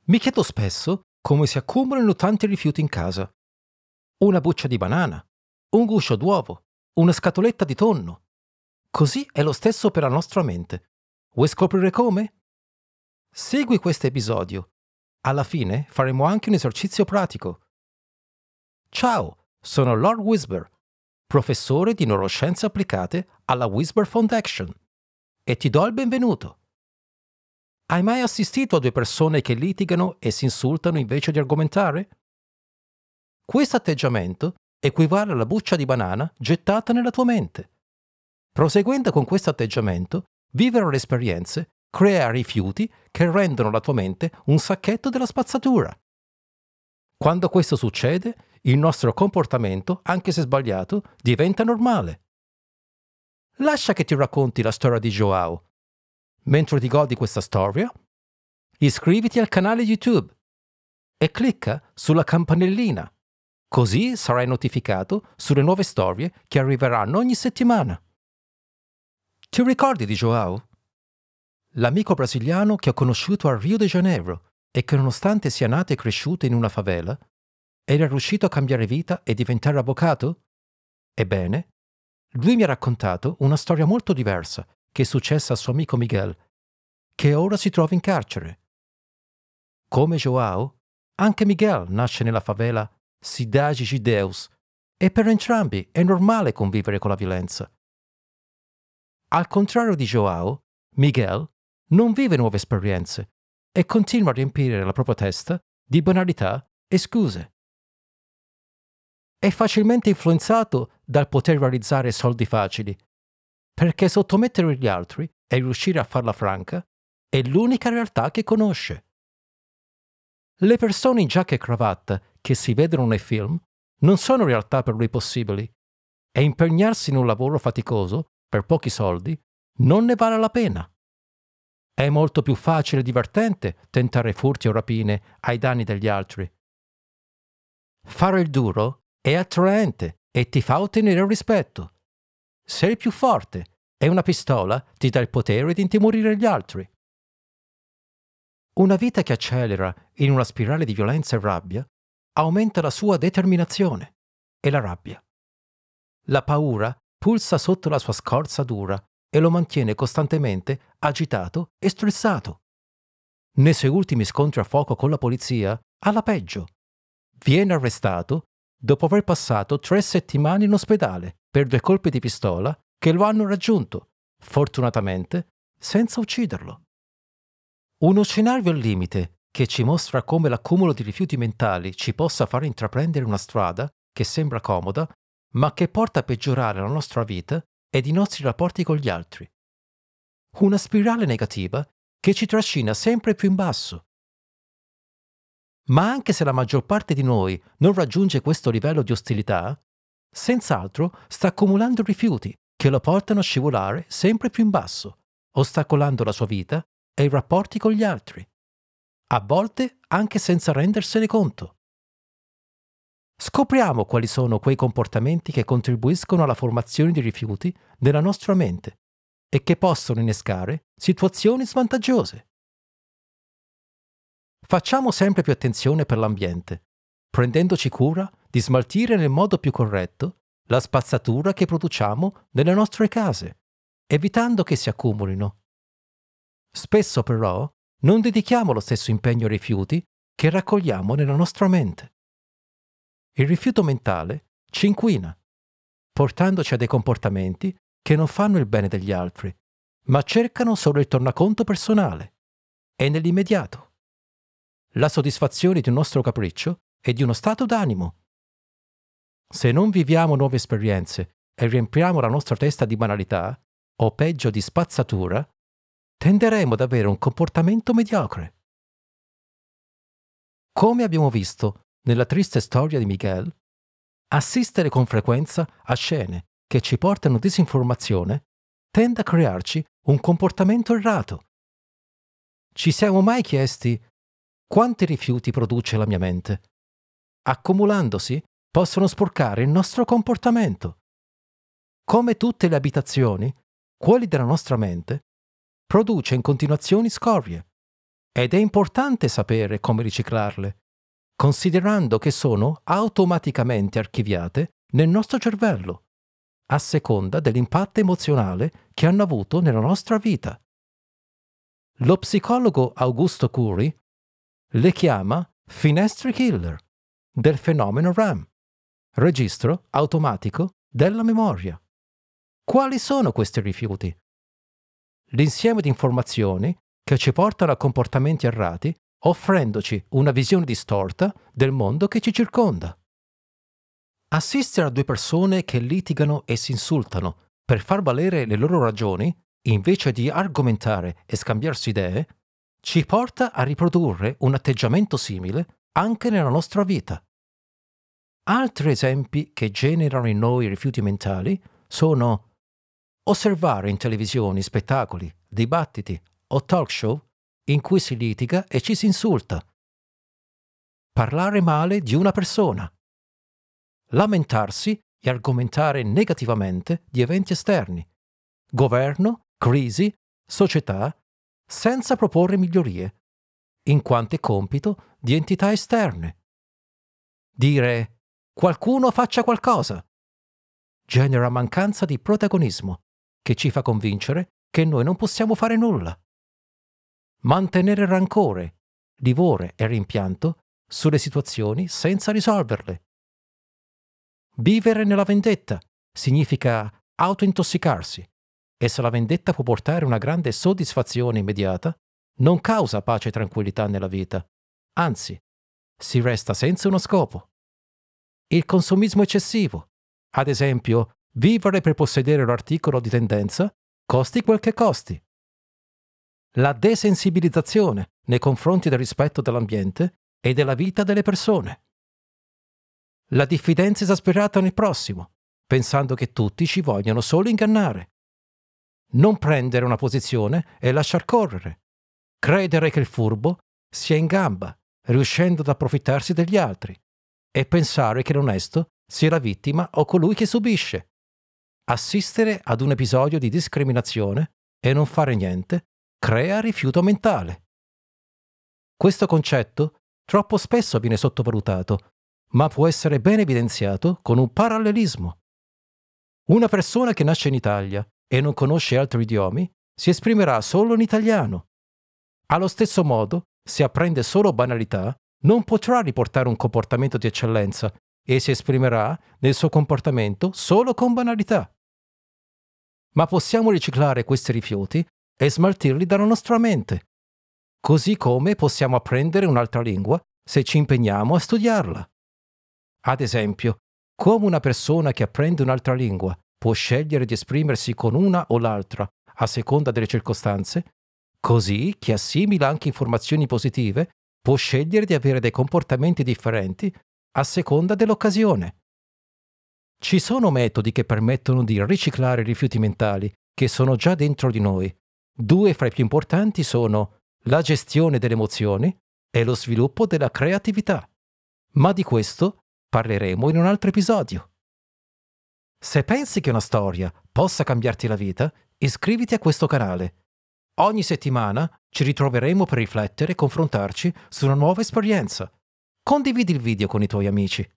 Mi chiedo spesso come si accumulino tanti rifiuti in casa. Una buccia di banana, un guscio d'uovo, una scatoletta di tonno. Così è lo stesso per la nostra mente. Vuoi scoprire come? Segui questo episodio. Alla fine faremo anche un esercizio pratico. Ciao, sono Lord Whisper, professore di neuroscienze applicate alla Whisper Foundation, e ti do il benvenuto. Hai mai assistito a due persone che litigano e si insultano invece di argomentare? Questo atteggiamento equivale alla buccia di banana gettata nella tua mente. Proseguendo con questo atteggiamento, vivere le esperienze crea rifiuti che rendono la tua mente un sacchetto della spazzatura. Quando questo succede, il nostro comportamento, anche se sbagliato, diventa normale. Lascia che ti racconti la storia di Joao. Mentre ti godi questa storia, iscriviti al canale YouTube e clicca sulla campanellina, così sarai notificato sulle nuove storie che arriveranno ogni settimana. Ti ricordi di Joao? L'amico brasiliano che ho conosciuto a Rio de Janeiro e che, nonostante sia nato e cresciuto in una favela, era riuscito a cambiare vita e diventare avvocato? Ebbene, lui mi ha raccontato una storia molto diversa che è successa al suo amico Miguel, che ora si trova in carcere. Come Joao, anche Miguel nasce nella favela Cidade de Deus e per entrambi è normale convivere con la violenza. Al contrario di Joao, Miguel non vive nuove esperienze e continua a riempire la propria testa di banalità e scuse. È facilmente influenzato dal poter realizzare soldi facili, perché sottomettere gli altri e riuscire a farla franca è l'unica realtà che conosce. Le persone in giacca e cravatta che si vedono nei film non sono realtà per lui possibili e impegnarsi in un lavoro faticoso per pochi soldi non ne vale la pena. È molto più facile e divertente tentare furti o rapine ai danni degli altri. Fare il duro è attraente e ti fa ottenere il rispetto. Sei più forte e una pistola ti dà il potere di intimorire gli altri. Una vita che accelera in una spirale di violenza e rabbia aumenta la sua determinazione e la rabbia. La paura pulsa sotto la sua scorza dura e lo mantiene costantemente agitato e stressato. Nei suoi ultimi scontri a fuoco con la polizia, alla peggio. Viene arrestato dopo aver passato 3 settimane in ospedale per 2 colpi di pistola che lo hanno raggiunto, fortunatamente, senza ucciderlo. Uno scenario al limite che ci mostra come l'accumulo di rifiuti mentali ci possa far intraprendere una strada che sembra comoda, ma che porta a peggiorare la nostra vita ed i nostri rapporti con gli altri. Una spirale negativa che ci trascina sempre più in basso. Ma anche se la maggior parte di noi non raggiunge questo livello di ostilità, senz'altro sta accumulando rifiuti che lo portano a scivolare sempre più in basso, ostacolando la sua vita e i rapporti con gli altri, a volte anche senza rendersene conto. Scopriamo quali sono quei comportamenti che contribuiscono alla formazione di rifiuti nella nostra mente e che possono innescare situazioni svantaggiose. Facciamo sempre più attenzione per l'ambiente, prendendoci cura di smaltire nel modo più corretto la spazzatura che produciamo nelle nostre case, evitando che si accumulino. Spesso però non dedichiamo lo stesso impegno ai rifiuti che raccogliamo nella nostra mente. Il rifiuto mentale ci inquina, portandoci a dei comportamenti che non fanno il bene degli altri, ma cercano solo il tornaconto personale e nell'immediato. La soddisfazione di un nostro capriccio e di uno stato d'animo. Se non viviamo nuove esperienze e riempiamo la nostra testa di banalità, o peggio di spazzatura, tenderemo ad avere un comportamento mediocre. Come abbiamo visto nella triste storia di Miguel, assistere con frequenza a scene che ci portano disinformazione tende a crearci un comportamento errato. Ci siamo mai chiesti quanti rifiuti produce la mia mente? Accumulandosi, possono sporcare il nostro comportamento. Come tutte le abitazioni, quelli della nostra mente produce in continuazione scorie, ed è importante sapere come riciclarle, considerando che sono automaticamente archiviate nel nostro cervello, a seconda dell'impatto emozionale che hanno avuto nella nostra vita. Lo psicologo Augusto Curry le chiama finestre killer del fenomeno RAM, registro automatico della memoria. Quali sono questi rifiuti? L'insieme di informazioni che ci portano a comportamenti errati, offrendoci una visione distorta del mondo che ci circonda. Assistere a due persone che litigano e si insultano per far valere le loro ragioni, invece di argomentare e scambiarsi idee, ci porta a riprodurre un atteggiamento simile anche nella nostra vita. Altri esempi che generano in noi rifiuti mentali sono osservare in televisione spettacoli, dibattiti o talk show in cui si litiga e ci si insulta, parlare male di una persona, lamentarsi e argomentare negativamente di eventi esterni, governo, crisi, società, senza proporre migliorie, in quanto è compito di entità esterne. Dire «qualcuno faccia qualcosa» genera mancanza di protagonismo che ci fa convincere che noi non possiamo fare nulla. Mantenere rancore, livore e rimpianto sulle situazioni senza risolverle. Vivere nella vendetta significa autointossicarsi e se la vendetta può portare una grande soddisfazione immediata, non causa pace e tranquillità nella vita, anzi, si resta senza uno scopo. Il consumismo eccessivo, ad esempio, vivere per possedere l'articolo di tendenza, costi quel che costi. La desensibilizzazione nei confronti del rispetto dell'ambiente e della vita delle persone. La diffidenza esasperata nel prossimo, pensando che tutti ci vogliano solo ingannare. Non prendere una posizione e lasciar correre. Credere che il furbo sia in gamba, riuscendo ad approfittarsi degli altri, e pensare che l'onesto sia la vittima o colui che subisce. Assistere ad un episodio di discriminazione e non fare niente crea rifiuto mentale. Questo concetto troppo spesso viene sottovalutato, ma può essere ben evidenziato con un parallelismo. Una persona che nasce in Italia e non conosce altri idiomi si esprimerà solo in italiano. Allo stesso modo, se apprende solo banalità, non potrà riportare un comportamento di eccellenza e si esprimerà nel suo comportamento solo con banalità. Ma possiamo riciclare questi rifiuti e smaltirli dalla nostra mente, così come possiamo apprendere un'altra lingua se ci impegniamo a studiarla. Ad esempio, come una persona che apprende un'altra lingua può scegliere di esprimersi con una o l'altra a seconda delle circostanze, così chi assimila anche informazioni positive può scegliere di avere dei comportamenti differenti a seconda dell'occasione. Ci sono metodi che permettono di riciclare i rifiuti mentali che sono già dentro di noi. Due fra i più importanti sono la gestione delle emozioni e lo sviluppo della creatività. Ma di questo parleremo in un altro episodio. Se pensi che una storia possa cambiarti la vita, iscriviti a questo canale. Ogni settimana ci ritroveremo per riflettere e confrontarci su una nuova esperienza. Condividi il video con i tuoi amici.